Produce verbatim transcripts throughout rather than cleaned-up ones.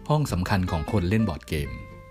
ห้องสำคัญของคนเล่นบอร์ดเกม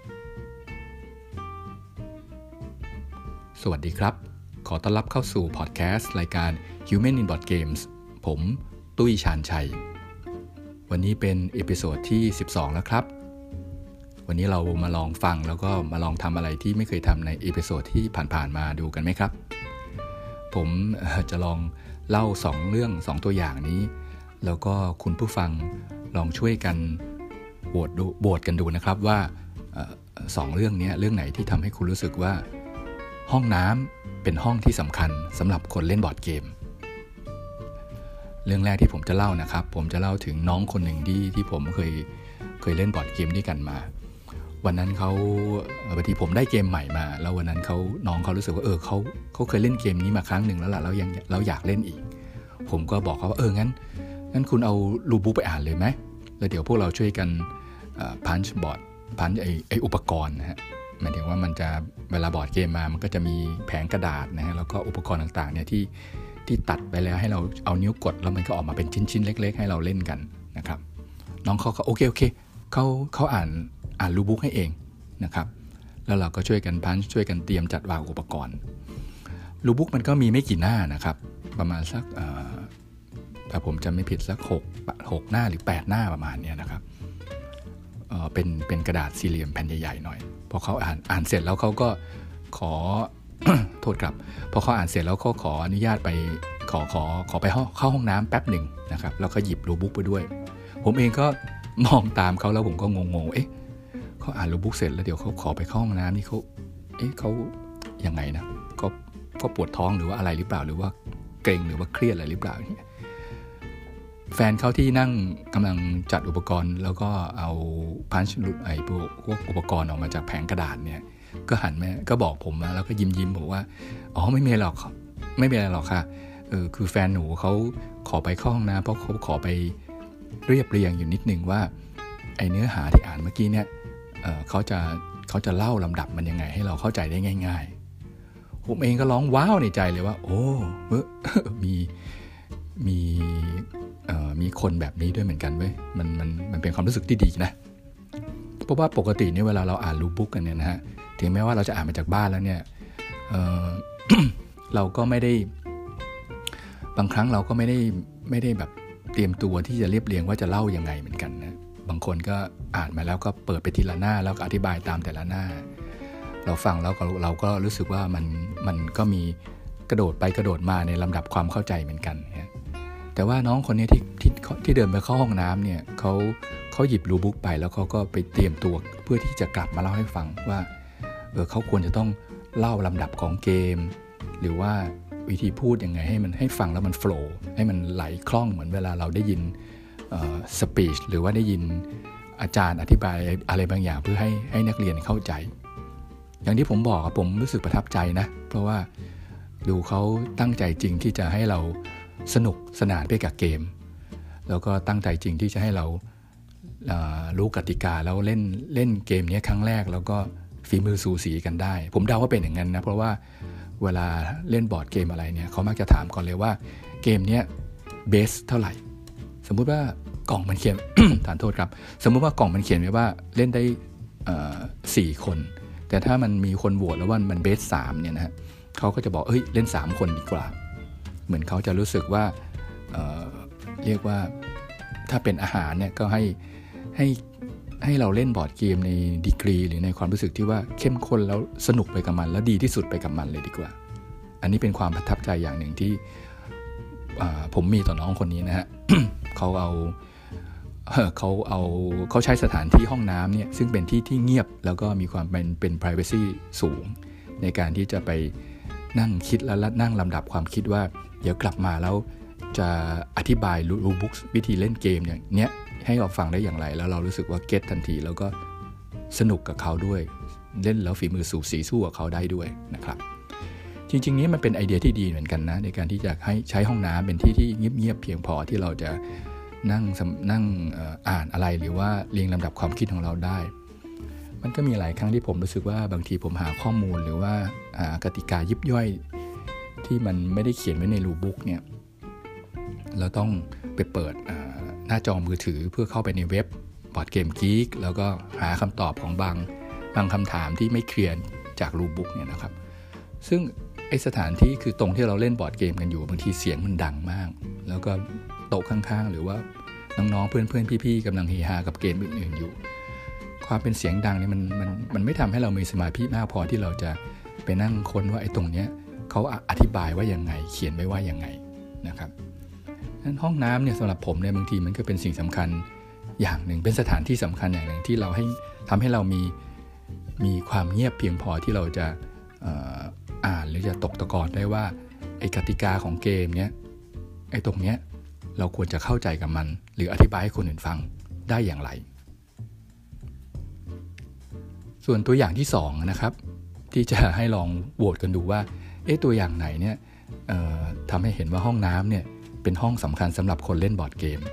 สวัสดีครับขอต้อนรับเข้าสู่พอดแคสต์รายการ Human in Board Games ผมตุ้ยชาญชัยวันนี้เป็นเอพิโซดที่สิบสองแล้วครับวันนี้เรามาลองฟังแล้วก็มาลองทำอะไรที่ไม่เคยทำในเอพิโซดที่ผ่านๆมาดูกันไหมครับผมจะลองเล่าสองเรื่องสองตัวอย่างนี้แล้วก็คุณผู้ฟังลองช่วยกันโหวตดูโหวตกันดูนะครับว่าสองเรื่องนี้เรื่องไหนที่ทำให้คุณรู้สึกว่าห้องน้ำเป็นห้องที่สำคัญสำหรับคนเล่นบอร์ดเกมเรื่องแรกที่ผมจะเล่านะครับผมจะเล่าถึงน้องคนหนึ่งที่ที่ผมเคยเคยเล่นบอร์ดเกมด้วยกันมาวันนั้นเขาบางทีผมได้เกมใหม่มาแล้ววันนั้นเขาน้องเขารู้สึกว่าเออเขาเขาเคยเล่นเกมนี้มาครั้งหนึ่งแล้วล่ะแล้วยังแล้วอยากเล่นอีกผมก็บอกเขาว่าเอองั้นงั้นคุณเอารูบุ๊กไปอ่านเลยไหมแล้วเดี๋ยวพวกเราช่วยกันพันช์บอร์ดพันช์ไอไออุปกรณ์นะฮะหมายถึงว่ามันจะเวลาบอร์ดเกมมามันก็จะมีแผงกระดาษนะฮะแล้วก็อุปกรณ์ต่างๆเนี่ยที่ที่ตัดไปแล้วให้เราเอานิ้วกดแล้วมันก็ออกมาเป็นชิ้นๆเล็กๆให้เราเล่นกันนะครับน้องเขาก็โอเคโอเคเขาเขาอ่านอ่านรูบุ๊กให้เองนะครับแล้วเราก็ช่วยกันพันช์ช่วยกันเตรียมจัดวางอุปกรณ์รูบุ๊กมันก็มีไม่กี่หน้านะครับประมาณสักถ้าผมจำไม่ผิดสักหก หกหน้าหรือแปดหน้าประมาณนี้นะครับเอ่อเป็นเป็นกระดาษสี่เหลี่ยมแผ่นใหญ่ๆหน่อยพอเขาอ่านอ่านเสร็จแล้วเขาก็ขอ โทษครับพอเขาอ่านเสร็จแล้วเขาขออนุญาตไปขอขอขอไปเข้าห้องน้ำแป๊บหนึ่งนะครับแล้วก็หยิบรูบุ๊กไปด้วยผมเองก็มองตามเขาแล้วผมก็งงๆเอ๊ะเขาอ่านรูบุ๊กเสร็จแล้วเดี๋ยวเขาขอไปเข้าห้องน้ำนี่เขาเอ๊ะเขายังไงนะก็ก็ปวดท้องหรือว่าอะไรหรือเปล่าหรือว่าเกร็งหรือว่าเครียดอะไรหรือเปล่าเนี่ยแฟนเขาที่นั่งกำลังจัดอุปกรณ์แล้วก็เอาพันช์ไอ้พวกอุปกรณ์ออกมาจากแผงกระดาษเนี่ยก็หันมาก็บอกผมนะแล้วก็ยิ้มยิ้มบอกว่าอ๋อไม่มีหรอกไม่เป็นไรหรอกค่ะเออคือแฟนหนูเขาขอไปเข้าห้องน้ำเพราะเขาขอไปเรียบเรียงอยู่นิดนึงว่าไอ้เนื้อหาที่อ่านเมื่อกี้เนี่ยเออเขาจะเขาจะเล่าลำดับมันยังไงให้เราเข้าใจได้ง่ายๆผมเองก็ร้องว้าวในใจเลยว่าโอ้เออมีมีมีคนแบบนี้ด้วยเหมือนกันเว้ยมันมันมันเป็นความรู้สึกที่ดีนะเพราะว่าปกติเนี่ยเวลาเราอ่านรูบุ๊กกันเนี่ยนะฮะถึงแม้ว่าเราจะอ่านมาจากบ้านแล้วเนี่ย เ, เราก็ไม่ได้บางครั้งเราก็ไม่ได้ไม่ได้แบบเตรียมตัวที่จะเรียบเรียงว่าจะเล่ายังไงเหมือนกันนะบางคนก็อ่านมาแล้วก็เปิดไปทีละหน้าแล้วก็อธิบายตามแต่ละหน้าเราฟังแล้วเราก็รู้สึกว่ามันมันก็มีกระโดดไปกระโดดมาในลำดับความเข้าใจเหมือนกันนะแต่ว่าน้องคนนี้ที่ที่ที่เดินไปเข้าห้องน้ำเนี่ยเขาเขาหยิบรูบุ๊กไปแล้วเขาก็ไปเตรียมตัวเพื่อที่จะกลับมาเล่าให้ฟังว่าเออเขาควรจะต้องเล่าลำดับของเกมหรือว่าวิธีพูดยังไงให้มันให้ฟังแล้วมันโฟลว์ให้มันไหลคล่องเหมือนเวลาเราได้ยินสปีชหรือว่าได้ยินอาจารย์อธิบายอะไรบางอย่างเพื่อให้ให้นักเรียนเข้าใจอย่างที่ผมบอกผมรู้สึกประทับใจนะเพราะว่าดูเขาตั้งใจจริงที่จะให้เราสนุกสนานไปกับเกมแล้วก็ตั้งใจจริงที่จะให้เรารู้กติกาแล้วเล่นเล่นเกมนี้ครั้งแรกแล้วก็ฝีมือสูสีกันได้ผมเดาว่าเป็นอย่างนั้นนะเพราะว่าเวลาเล่นบอร์ดเกมอะไรเนี่ยเขามักจะถามก่อนเลยว่าเกมนี้เบสเท่าไหร่สมมุติว่ากล่องมันเขียน ฐานโทษครับสมมุติว่ากล่องมันเขียนไว้ว่าเล่นได้สี่คนแต่ถ้ามันมีคนโหวตแล้วว่ามันเบสสามเนี่ยนะฮะเขาก็จะบอกเอ้ยเล่นสามคนดีกว่าเหมือนเขาจะรู้สึกว่า เอ่อ เรียกว่าถ้าเป็นอาหารเนี่ยก็ให้ให้ให้เราเล่นบอร์ดเกมในดีกรีหรือในความรู้สึกที่ว่าเข้มข้นแล้วสนุกไปกับมันแล้วดีที่สุดไปกับมันเลยดีกว่าอันนี้เป็นความประทับใจอย่างหนึ่งที่ผมมีต่อน้องคนนี้นะฮะ เขาเอาเขาเอาเขาใช้สถานที่ห้องน้ำเนี่ยซึ่งเป็นที่ที่เงียบแล้วก็มีความเป็นเป็น privacy สูงในการที่จะไปนั่งคิดแล้วนั่งลำดับความคิดว่าเดี๋ยวกลับมาแล้วจะอธิบายรูบุ๊กวิธีเล่นเกมอย่างเนี้ยให้เราฟังได้อย่างไรแล้วเรารู้สึกว่าเก็ตทันทีแล้วก็สนุกกับเขาด้วยเล่นแล้วฝีมือสูสีสู้กับเขาได้ด้วยนะครับจริงๆนี้มันเป็นไอเดียที่ดีเหมือนกันนะในการที่จะให้ใช้ห้องน้ำเป็นที่ที่เงียบๆเพียงพอที่เราจะนั่งนั่งอ่านอะไรหรือว่าเรียงลำดับความคิดของเราได้มันก็มีหลายครั้งที่ผมรู้สึกว่าบางทีผมหาข้อมูลหรือว่ากติกายิบย่อยที่มันไม่ได้เขียนไว้ในรูบุ๊กเนี่ยเราต้องไปเปิดหน้าจอมือถือเพื่อเข้าไปในเว็บบอร์ดเกมกี๊กแล้วก็หาคำตอบของบางบางคำถามที่ไม่เคลียร์จากรูบุ๊กเนี่ยนะครับซึ่งไอสถานที่คือตรงที่เราเล่นบอร์ดเกมกันอยู่บางทีเสียงมันดังมากแล้วก็โต๊ะข้างๆหรือว่าน้องๆเพื่อนๆพี่ๆกำลังเฮฮากับเกมอื่นๆอยู่ความเป็นเสียงดังเนี่ยมันมันมันไม่ทำให้เรามีสมาธิมากพอที่เราจะไปนั่งค้นว่าไอ้ตรงเนี้ยเขาอธิบายว่ายังไงเขียนไว้ว่ายังไงนะครับนั้นห้องน้ำเนี่ยสำหรับผมเนี่ยบางทีมันก็เป็นสิ่งสำคัญอย่างหนึ่งเป็นสถานที่สำคัญอย่างหนึ่งที่เราให้ทำให้เรามีมีความเงียบเพียงพอที่เราจะเอ่ออ่านหรือจะตกตะกอนได้ว่าไอ้กติกาของเกมเนี้ยไอ้ตรงเนี้ยเราควรจะเข้าใจกับมันหรืออธิบายให้คนอื่นฟังได้อย่างไรส่วนตัวอย่างที่สองนะครับที่จะให้ลองโหวตกันดูว่าเอ๊ะตัวอย่างไหนเนี่ยทำให้เห็นว่าห้องน้ำเนี่ยเป็นห้องสำคัญสำหรับคนเล่นบอร์ดเกม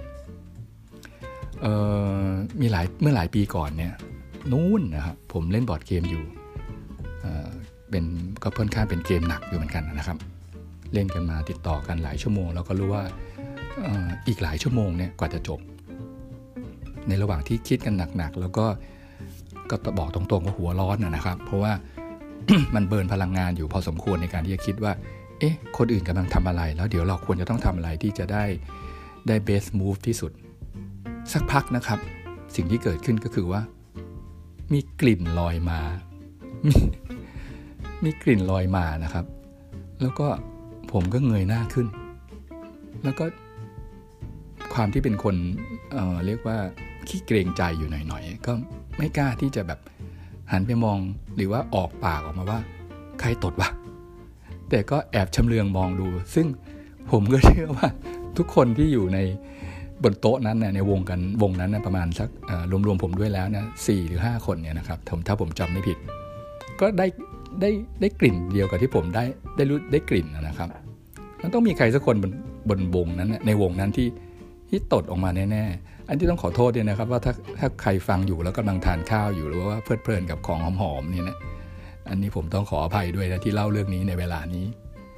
มีหลายเมื่อหลายปีก่อนเนี่ยนู้นนะครับผมเล่นบอร์ดเกมอยู่เอ่อเป็นก็ค่อนข้างเป็นเกมหนักอยู่เหมือนกันนะครับเล่นกันมาติดต่อกันหลายชั่วโมงแล้วก็รู้ว่าอ, อีกหลายชั่วโมงเนี่ยกว่าจะจบในระหว่างที่คิดกันหนักๆแล้วก็ก็บอกตรงๆว่าหัวร้อนนะครับเพราะว่า มันเบิร์นพลังงานอยู่พอสมควรในการที่จะคิดว่าเอ๊ะคนอื่นกำลังทำอะไรแล้วเดี๋ยวเราควรจะต้องทำอะไรที่จะได้ได้ best move ที่สุดสักพักนะครับสิ่งที่เกิดขึ้นก็คือว่ามีกลิ่นลอยมา มี, มีกลิ่นลอยมานะครับแล้วก็ผมก็เงยหน้าขึ้นแล้วก็ความที่เป็นคน เอ่อ เรียกว่าขี้เกรงใจอยู่หน่อยๆก็ไม่กล้าที่จะแบบหันไปมองหรือว่าออกปากออกมาว่าใครตดวะแต่ก็แอบชำเลืองมองดูซึ่งผมก็เชื่อว่าทุกคนที่อยู่ในบนโต๊ะนั้นเนี่ยในวงกันวงนั้นนะประมาณสักรวมๆผมด้วยแล้วนะสี่หรือห้าคนเนี่ยนะครับถ้าผมจำไม่ผิดก็ได้ได้ได้กลิ่นเดียวกับที่ผมได้ได้รู้ได้กลิ่นนะครับมันต้องมีใครสักคนบนบนวงนั้นในวงนั้นที่ที่ตดออกมาแน่ๆอันที่ต้องขอโทษด้วยนะครับว่าถ้าถ้าใครฟังอยู่แล้วกำลังทานข้าวอยู่หรือว่าเพลิดเพลินกับของหอมๆนี่นะอันนี้ผมต้องขออภัยด้วยนะที่เล่าเรื่องนี้ในเวลานี้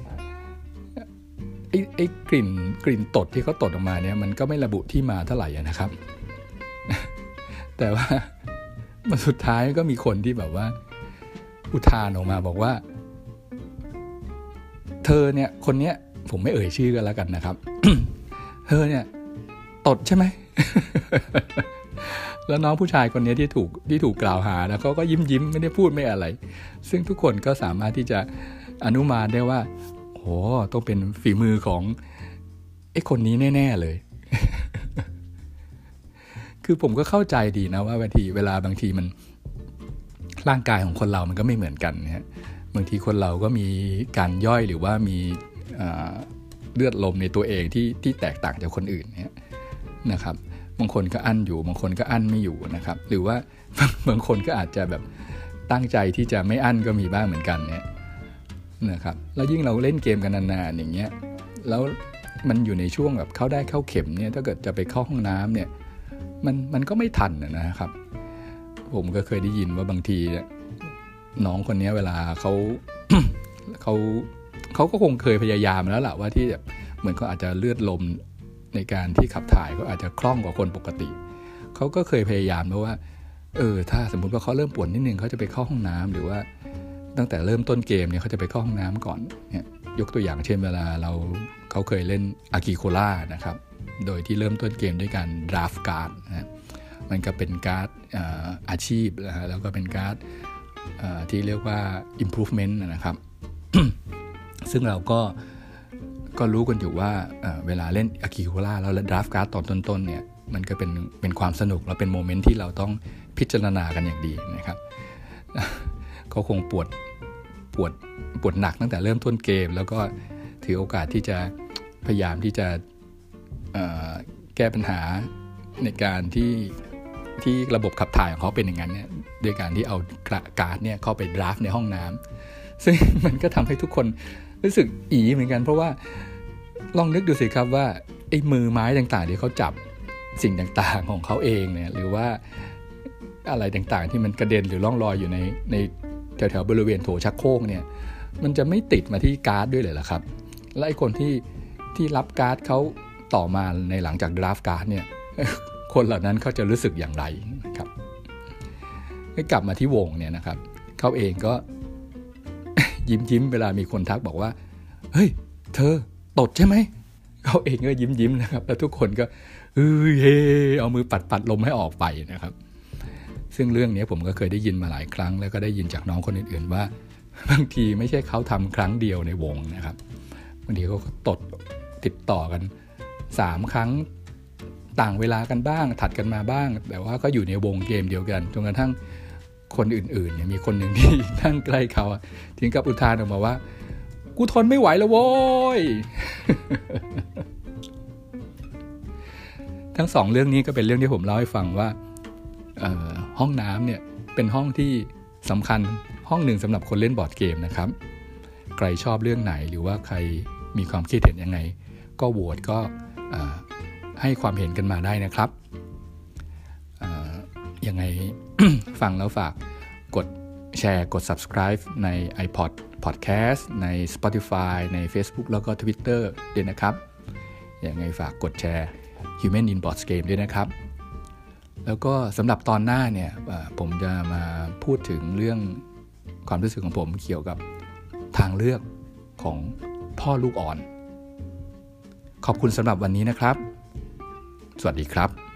ไอ้ไอ้กลิ่นกลิ่นตดที่เขาตดออกมาเนี่ยมันก็ไม่ระบุที่มาเท่าไหร่นะครับ แต่ว่ามันสุดท้ายก็มีคนที่แบบว่าอุทานออกมาบอกว่าเธอเนี่ยคนเนี้ยผมไม่เอ่ยชื่อกันแล้วกันนะครับ เธอเนี่ยตดใช่ไหม แล้วน้องผู้ชายคนนี้ที่ถูกที่ถูกกล่าวหาแล้วเขาก็ยิ้มยิ้มไม่ได้พูดไม่อะไรซึ่งทุกคนก็สามารถที่จะอนุมานได้ว่าโอ้ต้องเป็นฝีมือของไอ้คนนี้แน่ๆเลย คือผมก็เข้าใจดีนะว่าบางทีเวลาบางทีมันร่างกายของคนเรามันก็ไม่เหมือนกันนะฮะบางทีคนเราก็มีการย่อยหรือว่ามีเลือดลมในตัวเองที่ที่แตกต่างจากคนอื่นเนี่ยนะครับบางคนก็อั้นอยู่บางคนก็อั้นไม่อยู่นะครับหรือว่าบางคนก็อาจจะแบบตั้งใจที่จะไม่อั้นก็มีบ้างเหมือนกันเนี่ยนะครับแล้วยิ่งเราเล่นเกมกันนานๆอย่างเงี้ยแล้วมันอยู่ในช่วงแบบเข้าได้เข้าเข็มเนี่ยถ้าเกิดจะไปเข้าห้องน้ำเนี่ยมันมันก็ไม่ทันนะครับผมก็เคยได้ยินว่าบางทีน้องคนนี้เวลาเขา เขาเขาก็คงเคยพยายามแล้วล่ะว่าที่แบบเหมือนเขาอาจจะเลือดลมในการที่ขับถ่ายก็อาจจะคล่องกว่าคนปกติเขาก็เคยพยายามเพราะว่าเออถ้าสมมุติว่าเขาเริ่มปวดนิดนึงเขาจะไปเข้าห้องน้ำหรือว่าตั้งแต่เริ่มต้นเกมเนี่ยเขาจะไปเข้าห้องน้ำก่อนเนี่ยยกตัวอย่างเช่นเวลาเราเขาเคยเล่นอากิโคล่านะครับโดยที่เริ่มต้นเกมด้วยการดราฟต์การ์ดนะมันก็เป็นการ์ด อ, อาชีพนะฮะแล้วก็เป็นการ์ดที่เรียกว่า improvement นะครับ ซึ่งเราก็ก็รู้กันอยู่ว่าเ, เวลาเล่นอากิโคล่าแล้วดราฟต์การ์ดตอนต้นๆเนี่ยมันก็เป็นเป็นความสนุกและเป็นโมเมนต์ที่เราต้องพิจารณากันอย่างดีนะครับเขาคงปวดปวดปวดหนักตั้งแต่เริ่มต้นเกมแล้วก็ถือโอกาสที่จะพยายามที่จะแก้ปัญหาในการที่ที่ระบบขับถ่ายของเขาเป็นอย่างนั้นเนี่ยด้วยการที่เอาการ์ดเนี่ยเข้าไปดราฟต์ในห้องน้ำซึ่งมันก็ทำให้ทุกคนรู้สึกอีเหมือนกันเพราะว่าลองนึกดูสิครับว่าไอ้มือไม้ต่างๆที่เขาจับสิ่งต่างๆของเขาเองเนี่ยหรือว่าอะไรต่างๆที่มันกระเด็นหรือล่องลอยอยู่ในในแถวๆบริเวณโถชักโครกเนี่ยมันจะไม่ติดมาที่การ์ดด้วยเลยเหรอครับและไอ้คนที่ที่รับการ์ดเขาต่อมาในหลังจากดราฟต์การ์ดเนี่ยคนเหล่านั้นเขาจะรู้สึกอย่างไรนะครับให้กลับมาที่วงเนี่ยนะครับเขาเองก็ ยิ้มยิ้มเวลามีคนทักบอกว่าเฮ้ยเธอตดใช่ไหมเขาเองก็ยิ้มยิ้มนะครับแล้วทุกคนก็เฮ้ยเฮเอามือปัดปัดลมให้ออกไปนะครับซึ่งเรื่องนี้ผมก็เคยได้ยินมาหลายครั้งแล้วก็ได้ยินจากน้องคนอื่นๆว่าบางทีไม่ใช่เขาทำครั้งเดียวในวงนะครับบางทีเขาก็ตดติดต่อกันสามครั้งต่างเวลากันบ้างถัดกันมาบ้างแต่ว่าก็อยู่ในวงเกมเดียวกันจนกระทั่งคนอื่นๆเนี่ยมีคนหนึ่งที่นั่งใกล้เขาถึงกับอุทานออกมาว่ากูทนไม่ไหวแล้วโว้ย ทั้งสองเรื่องนี้ก็เป็นเรื่องที่ผมเล่าให้ฟังว่าห้องน้ำเนี่ยเป็นห้องที่สำคัญห้องหนึ่งสำหรับคนเล่นบอร์ดเกมนะครับใครชอบเรื่องไหนหรือว่าใครมีความคิดเห็นยังไงก็โหวตก็ให้ความเห็นกันมาได้นะครับยังไง ฟังแล้วฝากกดแชร์กด subscribe ใน iPod Podcast ใน Spotify ใน Facebook แล้วก็ Twitter ด้วยนะครับยังไงฝากกดแชร์ Human in Board Game ด้วยนะครับแล้วก็สำหรับตอนหน้าเนี่ยผมจะมาพูดถึงเรื่องความรู้สึกของผมเกี่ยวกับทางเลือกของพ่อลูกอ่อนขอบคุณสำหรับวันนี้นะครับสวัสดีครับ